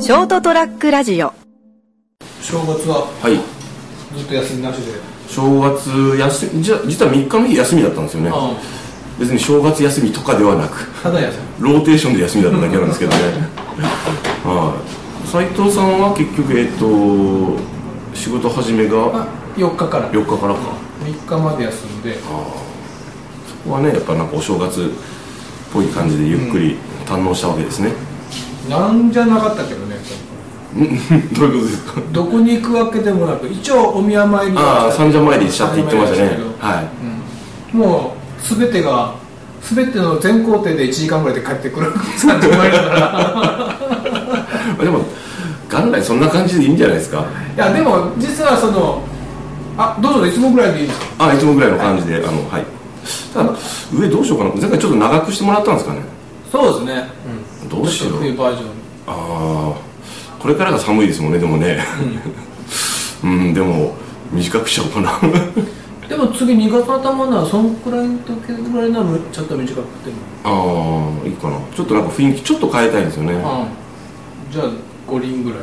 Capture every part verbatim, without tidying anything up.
ショートトラックラジオ。 正月ははいずっと休みなしで。 正月休み、じゃ実はみっかの日休みだったんですよね。 あ別に正月休みとかではなく、 ただ休み。 ローテーションで休みだっただけなんですけどねはい斉藤さんは結局えっと仕事始めがあよっかからよっかからか。 みっかまで休んで。 あそこはねやっぱなんかお正月っぽい感じでゆっくり堪能したわけですね、 なんじゃなかったけどね。 どういうことですか？ どこに行くわけでもなく、一応お宮参りああ三社参りしちゃって言ってましたね。はい、 うん、もう全てが全ての全工程でいちじかんぐらいで帰ってくる三社参りだからでも元来そんな感じでいいんじゃないですか。 いやでも実はそのあどうぞいつもぐらいでいいですか。 あいつもぐらいの感じで、はい、あのはいただ上どうしようかな。前回ちょっと長くしてもらったんですかね。 そうですね、うん、 どうしよう。 冬バージョン。 ああこれからが寒いですもんね。でもねうん、うん、でも短くしちゃおうかなでも次にがつ頭ならそのくらいの時ぐらいならちょっと短くても。 ああいいかな。ちょっとなんか雰囲気ちょっと変えたいんですよね。 ああじゃあご輪ぐらい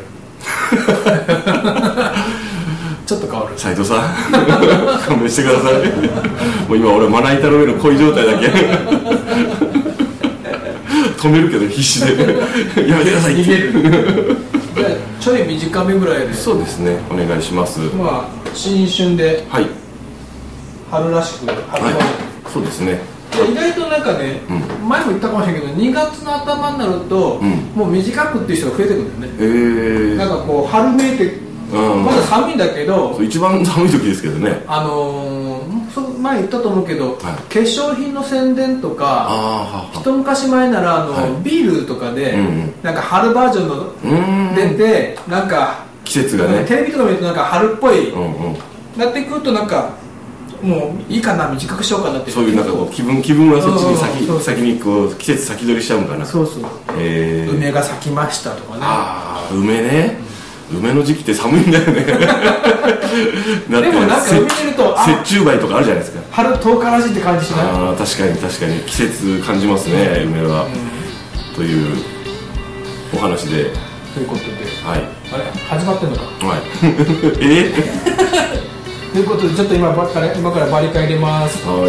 ちょっと変わる。 斉藤さん勘弁してくださいもう今俺はまな板の上の恋状態だけ止めるけど必死でやめてください逃げるじゃあちょい短めぐらいで。 そうですねお願いします。 まあ新春ではい春らしく春バージョン、 はい、そうですね。 で意外となんかね、うん、前も言ったかもしれないけどにがつの頭になると、うん、もう短くっていう人が増えてくるんだよね。へえなんかこう春めいて、うん、まだ寒いんだけど一番寒い時ですけどね。 あのー、そ前言ったと思うけど、はい、化粧品の宣伝とかあ一昔前ならあの、はい、ビールとかで、うん、なんか春バージョンの出てなんか季節がねテレビとか見るとなんか春っぽい、うんうん、なってくるとなんかもういいかな短くしようかなってそういうなんかこう気分気分はそっちに先先にこう季節先取りしちゃうんかな。 そうそう、えー、梅が咲きましたとかね。 ああ梅ね、うん、梅の時期って寒いんだよねだってでもなんか海見ると雪中梅とかあるじゃないですか。 春とおからしいって感じしない？ ああ確かに確かに季節感じますね、うん、梅は、うん、というお話でということで、 はい、 あれ始まってんのかはいえということでちょっと今から今からバリカン入れます。 はい。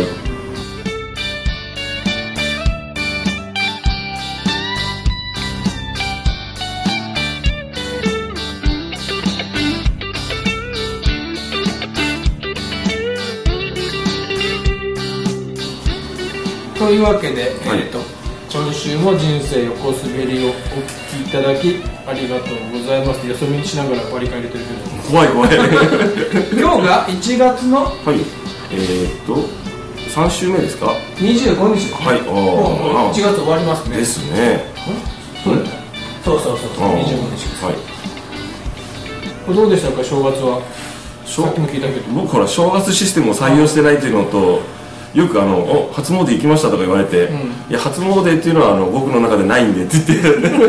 というわけで、はい、えーと今週も人生横滑りをお聞きいただきありがとうございます。よそ見しながらバリカン入れてるけど怖い怖い今日がいちがつのはいえー、っとさん週目ですか。 にじゅうごにちですね。 はいもういちがつ終わりますね。 ですね。 そうだね。そうそうそうそうにじゅうごにちです。はい。これどうでしたか正月は。さっきも聞いたけど僕ほら正月システムを採用してないっていうのとよくあのお初詣行きましたとか言われて、うん、いや初詣っていうのはあの僕の中でないんでって言って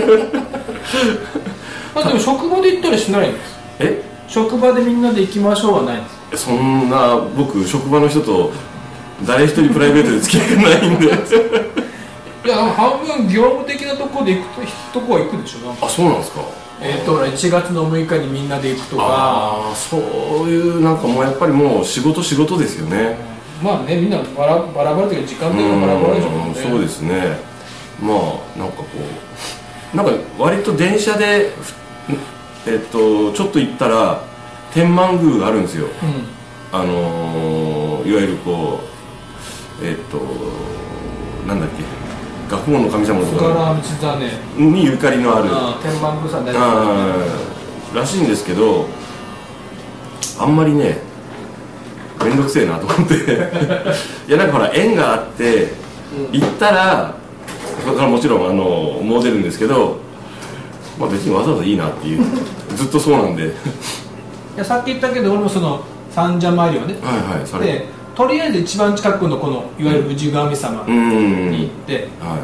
あでも職場で行ったりしないんです。 え職場でみんなで行きましょうはないんです。 そんな僕職場の人と誰一人プライベートで付き合いがないんでいや半分業務的なところで行くとこは行くでしょ。 あそうなんですか。 えー、といちがつのむいかにみんなで行くとか。 ああそういうなんかもうやっぱりもう仕事仕事ですよね。 まあねみんなバラバラバラというか時間的にバラバラでしょうね。 そうですね。まあなんかこうなんか割と電車でえっとちょっと行ったら天満宮があるんですよ、うん、あのー、いわゆるこうえっとなんだっけ学問の神様とかにゆかりのある天満宮さん大好きらしいんですけどあんまりねめんどくせえなと思っていやなんかほら縁があって行ったらそれからもちろんあの詣でるんですけど、まあ、別にわざわざいいなっていうずっとそうなんでいやさっき言ったけど俺もその三社参りはね、 はいはい、それでとりあえず一番近くのこのいわゆる氏神様に行って、はい、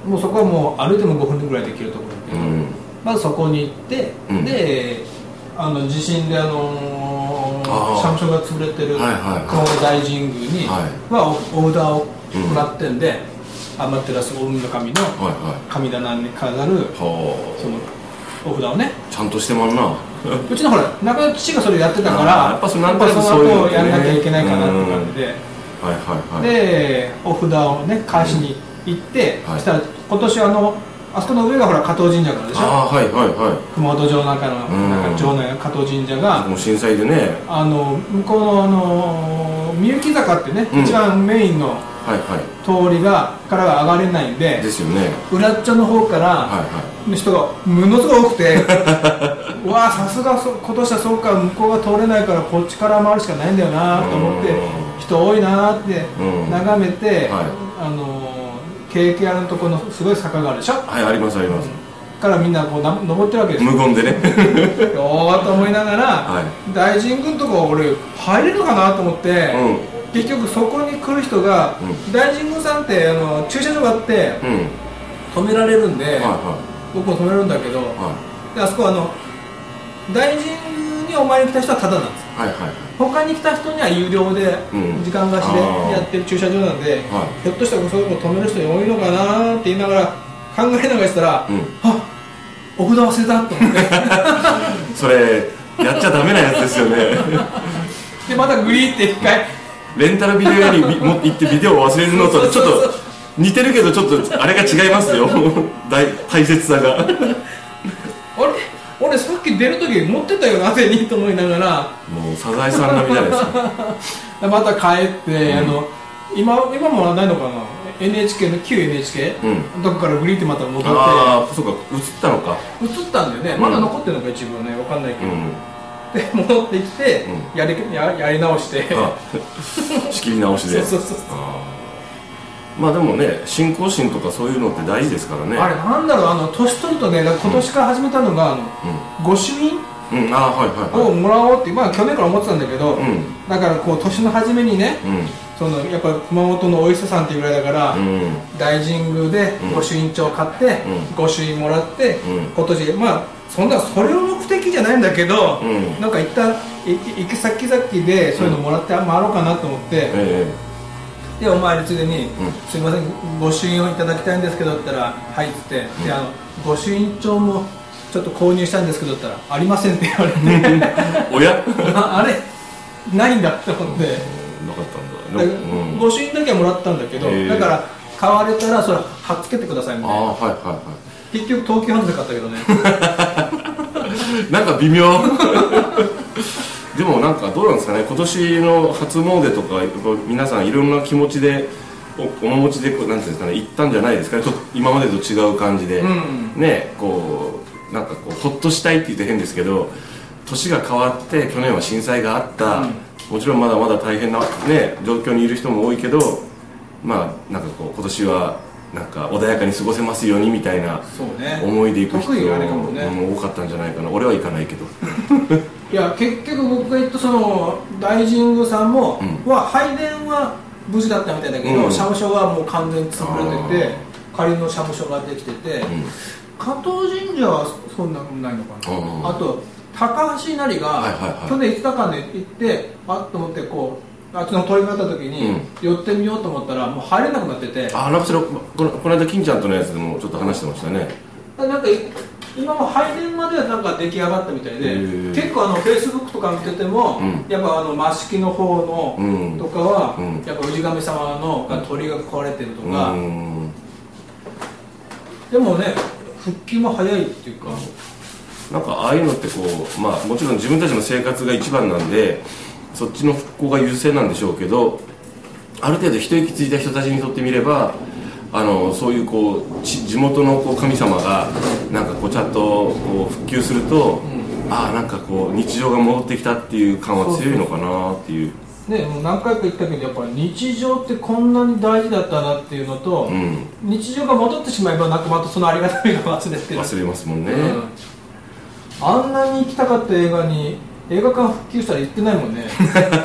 もうそこはもう歩いてもごふんぐらいできるところだけど、うん、まずそこに行って、うん、であの地震であのー、社務所が潰れてる熊本大神宮にはお札をもらってんで、うん、天照大海の神の神棚に飾るそのお札をねちゃんとしてまんなうちのほら亡くなった父がそれやってたからやっぱその後やんなきゃいけないかなって感じで、 はいはいはい、 でお札をね返しに行って、うん、そしたら今年あのあそこの上がほら加藤神社からでしょ。 あ、はいはいはい、 熊本城の中の、うん、なんか城内の加藤神社がもう震災でねあの向こうのあのみゆき坂ってね、うん、一番メインの通りがからが上がれないんで、 ですよね、 裏っちょの方からの人がものすごい多くてうわさすが今年はそうか向こうが通れないからこっちから回るしかないんだよなと思って人多いなって眺めて、はい、あのケーケーアール のところのすごい坂があるでしょ。 はい、ありますあります、 うん、からみんなこうな登ってるわけですよ無言でねおーと思いながら、はい、大神宮のとこ俺入れるかなと思って、うん結局そこに来る人が、うん、大神宮さんってあの駐車場があって、うん、止められるんで、はいはい、僕も止めれるんだけど、はい、であそこはあの大神宮にお参りに来た人はタダなんです、はいはい、他に来た人には有料で、うん、時間貸しでやってる駐車場なんで、はい、ひょっとしたらそういうとこ止める人多いのかなって言いながら考えながらしたら、うん、あお札忘れたと思ってそれやっちゃダメなやつですよねでまたグリーって一回レンタルビデオ屋に行ってビデオを忘れるのとちょっと似てるけどちょっとあれが違いますよ大, 大切さがあれ俺さっき出るとき持ってたよな手にと思いながらもうサザエさん並みじゃないですかまた帰って、うん、あの 今, 今もないのかな エヌエイチケー の旧 エヌエイチケー、うん、どこからグリーってまた戻ってああそうか映ったのか映ったんだよね、うん、まだ残ってるのか一部ね分かんないけど、うんで戻ってきて、うん、や, り や, やり直して仕切り直しでそうそうそうあまあでもね信仰心とかそういうのって大事ですからねあれなんだろうあの年取るとね今年から始めたのが、うん、あの、うん、御朱印、うんあはいはいはい、をもらおうって、まあ、去年から思ってたんだけど、うん、だからこう年の初めにね、うん、そのやっぱ熊本のお伊勢さんっていうぐらいだから、うん、大神宮で御朱印帳を買って、うん、御朱印もらって、うん、今年まあそんなそれを目的じゃないんだけど、うん、なんか一旦行き先々でそういうのもらって回ろうかなと思って、うんええ、でお参りついでに、うん、すいません御朱印をいただきたいんですけどって言ったらはいっつって、うん、であの御朱印帳もちょっと購入したんですけどって言ったらありませんって言われておやあれないんだって思って、うん、なかったんだ、 うん、御朱印だけはもらったんだけど、えー、だから買われたらそれ貼っつけてくださいみたいなあ、はいはいはい、結局東急ハンズで買ったけどねなんか微妙でもなんかどうなんですかね今年の初詣とか皆さんいろんな気持ちで お, お持ちでなんていうんですかね行ったんじゃないですかね今までと違う感じで、うん、ねこうなんかこうほっとしたいって言って変ですけど年が変わって去年は震災があった、うん、もちろんまだまだ大変な、ね、状況にいる人も多いけどまあなんかこう今年はなんか穏やかに過ごせますようにみたいな思いで行く人も、ねね、多かったんじゃないかな俺は行かないけどいや結局僕が言ったその大神宮さんも、うん、は拝殿は無事だったみたいだけど、うん、社務所がもう完全に潰れてて仮の社務所ができてて、うん、加藤神社はそんなことないのかな、うん、あと高橋稲荷が、はいはいはい、去年いつかかんで行ってあっと思ってこうあっちの通りがあった時に寄ってみようと思ったらもう入れなくなってて、 ああなんかそれこのこの間金ちゃんとのやつでもちょっと話してましたね。 なんか今も拝殿まではなんか出来上がったみたいで結構あのフェイスブックとか見てても、うん、やっぱあの益城の方の、うん、とかは、うん、やっぱ氏神様のが鳥が壊れてるとか、うん、でもね復旧も早いっていうか、 なんかああいうのってこうまあもちろん自分たちの生活が一番なんでそっちの復興が優先なんでしょうけどある程度一息ついた人たちにとってみればあのそういうこう地元のこう神様がなんかこうちゃんとこう復旧すると、うん、ああなんかこう日常が戻ってきたっていう感は強いのかなっていうね、もう何回か言ったけどやっぱり日常ってこんなに大事だったなっていうのと、うん、日常が戻ってしまえばなんかまたそのありがたみが忘れてる忘れますもんね、うん、 あんなに行きたかった映画に映画館復旧したら行ってないもんね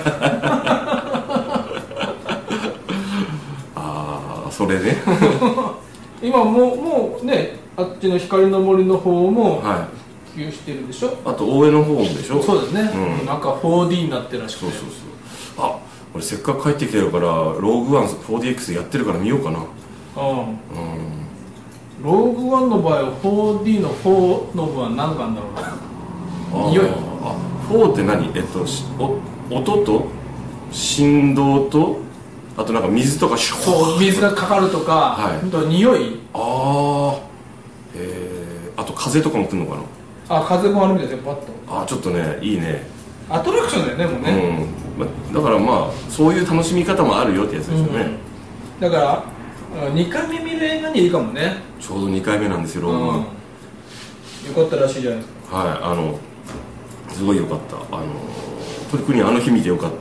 ああそれね今もう、もうねあっちの光の森の方も普及してるでしょ、はい、 あと大江の方もでしょそうですね、うん、なんか フォーディー になってるらしくてそうそうそうあ俺せっかく帰ってきてるからローグワン フォーディーエックス やってるから見ようかなうん、うん、ローグワンの場合は フォーディー のフォーの部は何なんだろうな。匂い。 あ、フォーって何？えっとお音と振動とあとなんか水とかシュッ、 そう水がかかるとか、はい、と匂い。ああ、えー、あと風とかも来るのかな。 あ、風もあるみたいですよ、パッと。 あ、ちょっとね、いいね。 アトラクションだよね、もうね。 うん、ま、だからまあそういう楽しみ方もあるよってやつですよね、 うん、だからにかいめ見る映画にいいかもね。 ちょうどにかいめなんですよ、ローマ、うん、よかったらしいじゃないですか。 はい、あのすごいよかった。あの特にあの日見てよかった。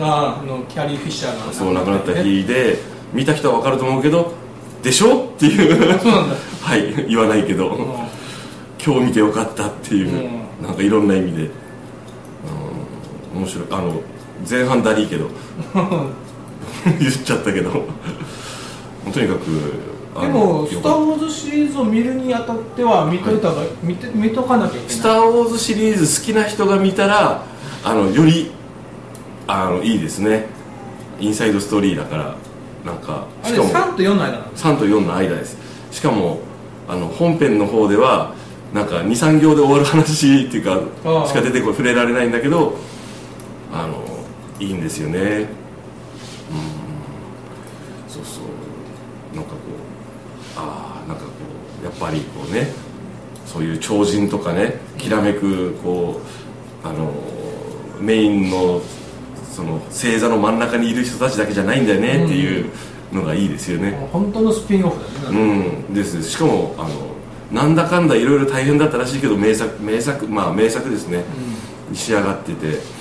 ああ、あのキャリー・フィッシャーがそう亡くなった日で、見た人は分かると思うけどでしょっていうそうなんだはい言わないけど、うん、今日見てよかったっていう、うん、なんかいろんな意味で、うん、面白い。あの前半だりいけど言っちゃったけどとにかくでもスター・ウォーズシリーズを見るにあたっては見といたが、はい、見て見とかなきゃいけない。 スター・ウォーズシリーズ好きな人が見たらあのよりあのいいですね。インサイドストーリーだからなんかしかもさんとよんの間なの。 さんとよんの間です。しかもあの本編の方ではなんか にさん 行で終わる話っていうかしか出てこ触れられないんだけど、あのいいんですよね。うん、そうそうなんかこうああなんかこうやっぱりこうねそういう超人とかねきらめくこうあのメインのその星座の真ん中にいる人たちだけじゃないんだよねっていうのがいいですよね、 うん、本当のスピンオフだね。うんですしかもあのなんだかんだいろいろ大変だったらしいけど名作名作まあ名作ですね、うん、仕上がっててなんか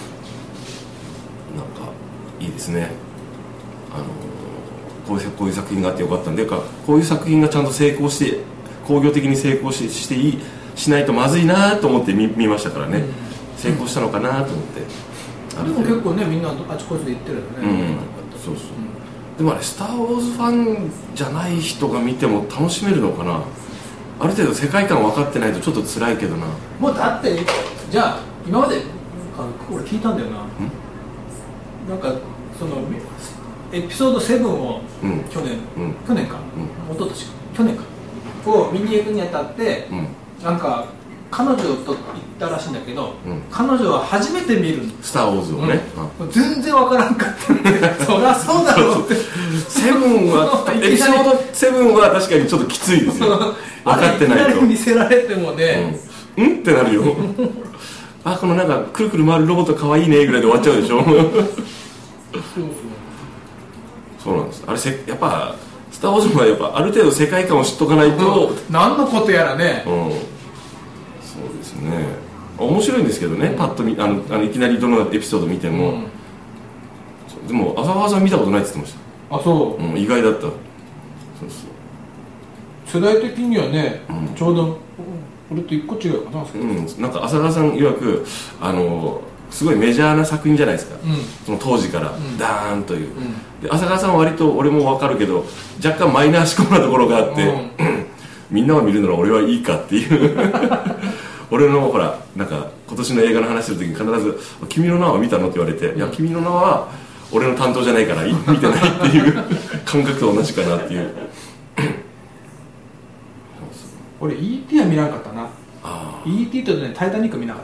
いいですね。あのこういう、こういう作品があってよかったんでかこういう作品がちゃんと成功して工業的に成功し、していいしないとまずいなと思って 見, 見ましたからね、うん、成功したのかなと思って、 うん、でも結構ねみんなあちこちで言ってるよね、うん、 そうそう、うん、でもあれスター・ウォーズファンじゃない人が見ても楽しめるのかな。ある程度世界観分かってないとちょっと辛いけどな。 もうだってじゃあ今まで俺聞いたんだよな、なんかそのエピソードセブンを去年、うん、去年か、うん、一昨年か去年かを見に行くにあたって、うん、なんか彼女と行ったらしいんだけど、うん、彼女は初めて見るスター・ウォーズをね、 うん、全然わからんかったそりゃそうだろうってセブンはエピソードセブンは確かにちょっときついですよ分かってないと。いきなり見せられてもね、 うん、うんってなるよあこのなんかくるくる回るロボットかわいいねぐらいで終わっちゃうでしょそうそうなんです。あれせやっぱスター・ウォーズはやっぱある程度世界観を知っとかないと、 うん、何のことやらね、 うん、そうですね。面白いんですけどね、うん、パッと見あのあのいきなりどのエピソード見ても、うん、でも浅川さん見たことないって言ってました。 あそう、 うん、意外だった。そうそう世代的にはね、うん、ちょうど俺と一個違うかな、 うん、なんか浅川さん曰くあのすごいメジャーな作品じゃないですか、うん、その当時からダーンという、うん、で浅川さんは割と俺も分かるけど若干マイナー思考なところがあって、うん、みんなが見るなら俺はいいかっていう俺のほらなんか今年の映画の話するときに必ず「君の名は見たの?」って言われて「いや君の名は俺の担当じゃないから見てない」っていう感覚と同じかなっていう俺 イーティー は見なかったな。あ イーティー とねタイタニック見なかった。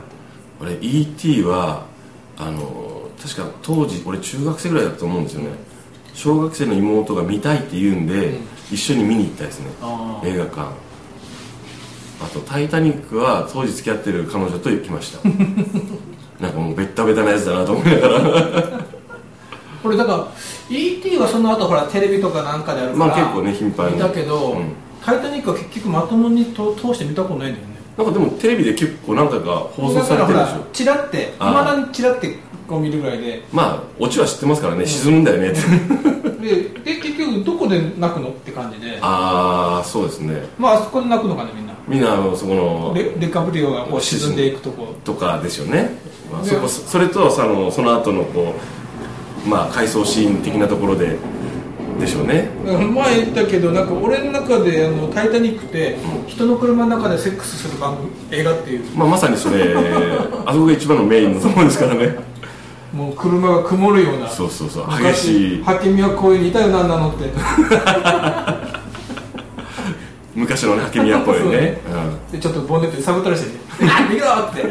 俺 イーティー はあの確か当時俺中学生ぐらいだったと思うんですよね。小学生の妹が見たいって言うんで、うん、一緒に見に行ったですね、映画館。あとタイタニックは当時付き合ってる彼女と行きましたなんかもうベッタベタなやつだなと思いながらこれだから イーティー はその後ほらテレビとかなんかであるから、 まあ結構ね頻繁に見たけど、うん、タイタニックは結局まともにと通して見たことないんだよね。 なんかでもテレビで結構何回か放送されてるでしょ。 チラっていまだにチラってこう見るぐらいで、 まあオチは知ってますからね、うん、沈むんだよねってで, で結局どこで泣くのって感じで、 ああそうですね。 まああそこで泣くのかねみんなみんなあのそこのレ, レカブリオがこう沈んでいくとことかですよね、まあ、そ, こそれとそのその後のこうまあ回想シーン的なところででしょうね。 前言ったけどなんか俺の中であのタイタニックって人の車の中でセックスする番組映画っていう、 まあ、まさにそれあそこが一番のメインのところですからねもう車が曇るような。 そうそうそう激しい。 ハキミはこういうにいたよなんなのって昔のねハケミヤっぽいねね、うん、でちょっとボンネットで探ったりしてね逃げろ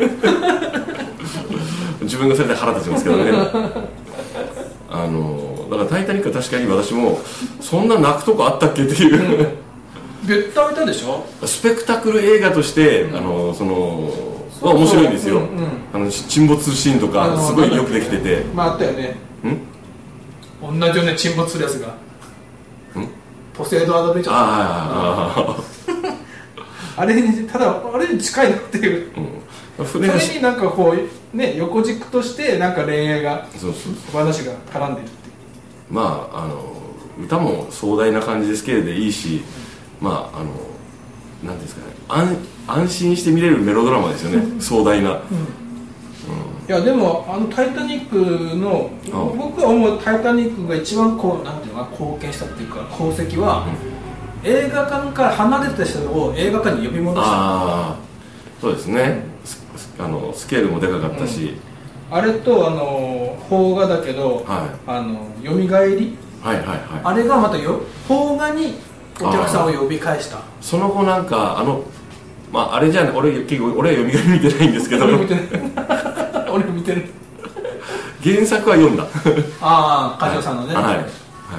って自分がそれで腹立ちますけどねあのだからタイタニックは確かに私もそんな泣くとこあったっけっていう、 うん、ベッタベタでしょ。 スペクタクル映画として、うん、あのそのそうそう面白いんですよ、うんうん、あの沈没シーンとかすごいよくできてて、 まああったよね、ん同じように沈没するやつがんポセイドアドベンチャー、あああれにただあれに近いなっていう、うん、それになんかこうね横軸としてなんか恋愛がそうそうそう話が絡んでるっていう、 まああの歌も壮大な感じですけれどいいし、うん、まああのなんですかね安, 安心して見れるメロドラマですよね、うん、壮大な、うんうん、いやでもあのタイタニックの僕は思うタイタニックが一番こうなんていうのか貢献したっていうか功績は、うん、映画館から離れてた人を映画館に呼び戻した。 あそうですね、うん、あのスケールもでかかったし、 うん、あれとあの邦画だけど、はい、あの蘇り、はいはいはい、あれがまたよ邦画にお客さんを呼び返した。 その後なんかあのまああれじゃね俺結構俺は読み返り見てないんですけど俺見てない俺見てる原作は読んだああ梶尾さんのね、はいはいはい、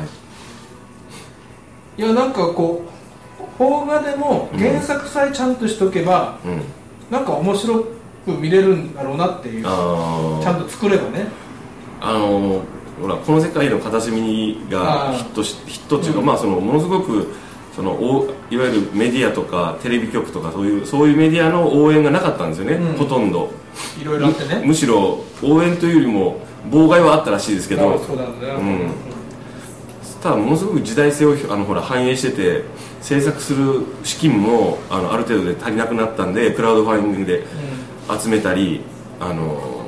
いやなんかこう邦画でも原作さえちゃんとしとけば、うん、なんか面白く見れるんだろうなっていう、あちゃんと作ればね、 あのほらこの世界の片隅がヒットしヒットっていうか、うん、まあそのものすごくそのいわゆるメディアとかテレビ局とかそういうそういうメディアの応援がなかったんですよね、うん、ほとんどいろいろあってねむ, むしろ応援というよりも妨害はあったらしいですけど、 そうなんだよ、 うん、ただものすごく時代性をあのほら反映してて制作する資金も あ, のある程度で足りなくなったんでクラウドファンディングで集めたり、うん、あの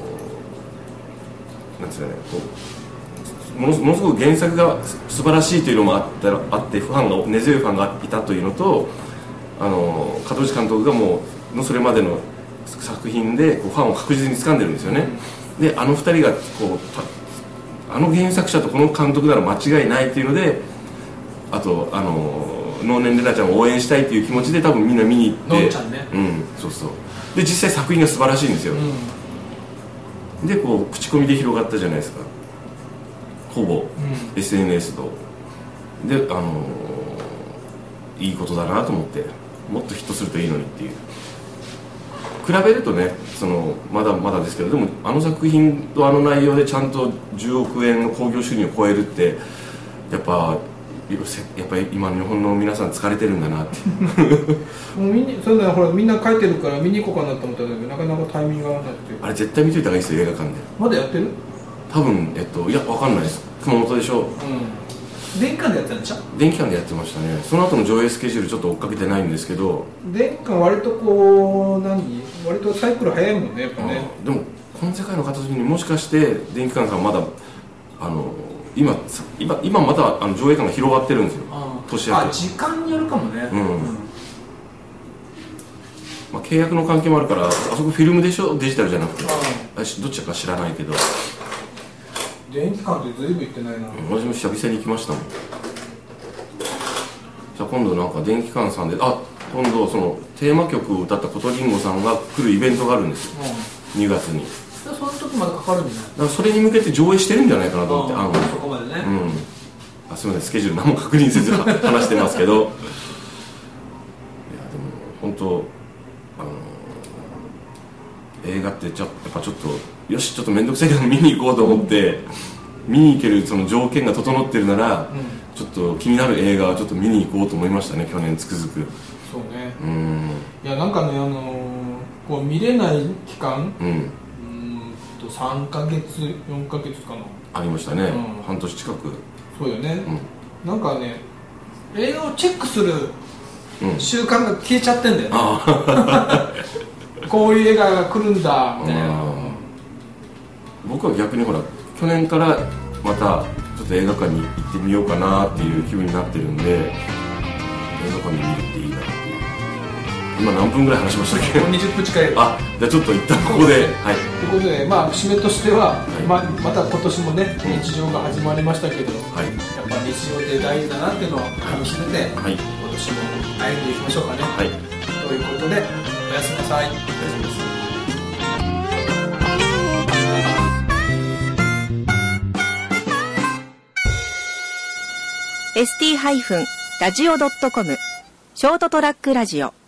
なんですかねこうも の, ものすごく原作が素晴らしいというのもあったあってファンが根強いファンがいたというのとあの門口監督がもうのそれまでの作品でこうファンを確実に掴んでるんですよね、うん、であのふたりがこうあの原作者とこの監督なら間違いないっていうのであとあの能年玲奈ちゃんを応援したいっていう気持ちで多分みんな見に行ってのんちゃんね、 うん、そうそうで実際作品が素晴らしいんですよ、うん、でこう口コミで広がったじゃないですかほぼ、うん、エスエヌエス とであのー、いいことだなと思ってもっとヒットするといいのにっていう比べるとねそのまだまだですけどでもあの作品とあの内容でちゃんとじゅうおくえんの興行収入を超えるってやっぱやっぱり今日本の皆さん疲れてるんだなってもうみんなそれならほらみんな書いてるから見に行こうかなと思ったけどなかなかタイミングが合わなくてあれ絶対見といた方がいいですよ映画館でまだやってる多分えっといやわかんないです熊本でしょう、うん、 電気館でやってたんでしょ電気館でやってましたねその後の上映スケジュールちょっと追っかけてないんですけど電気館割とこう何割とサイクル早いもんねやっぱねでもこの世界の片隅にもしかして電気館さんまだあの今今今またあの上映館が広がってるんですよ年明けあ時間によるかもねうん、うんまあ、契約の関係もあるからあそこフィルムでしょデジタルじゃなくてどっちか知らないけど電気館でずいぶん行ってないな、うん、 私も久々に行きましたもんじゃあ今度なんか電気館さんであ今度そのテーマ曲を歌った琴りんごさんが来るイベントがあるんですよ、うん、にがつにその時までかかるんじゃないだからそれに向けて上映してるんじゃないかなと思ってあのそこまでね、 うん、あすみませんスケジュール何も確認せず話してますけどいやでも本当あの映画ってちょっとやっぱちょっとよしちょっと面倒くさいけど見に行こうと思って、うん、見に行けるその条件が整ってるなら、うん、ちょっと気になる映画はちょっと見に行こうと思いましたね去年つくづくそうねうんいやなんかねあのー、こう見れない期間、うん、うんとさんかげつよんかげつかなありましたね、うん、半年近くそうよね、うん、なんかね映画をチェックする習慣が消えちゃってんだよね、うん、こういう映画が来るんだみたいな、うん、 僕は逆にほら去年からまたちょっと映画館に行ってみようかなっていう気分になってるんで映画館で見るっていいなっていう今何分ぐらい話しましたっけにじゅっぷん近いあじゃあちょっと一旦ここではいということでまあ締めとしては、はい、ま, また今年もね日常が始まりましたけど、はい、やっぱ日常って大事だなっていうのを感じてて、はい年も歩んでいきましょうかね。 はい。 ということで、おやすみなさい。おやすみなさい。 エスティー ラジオ ドットコム ショートトラックラジオ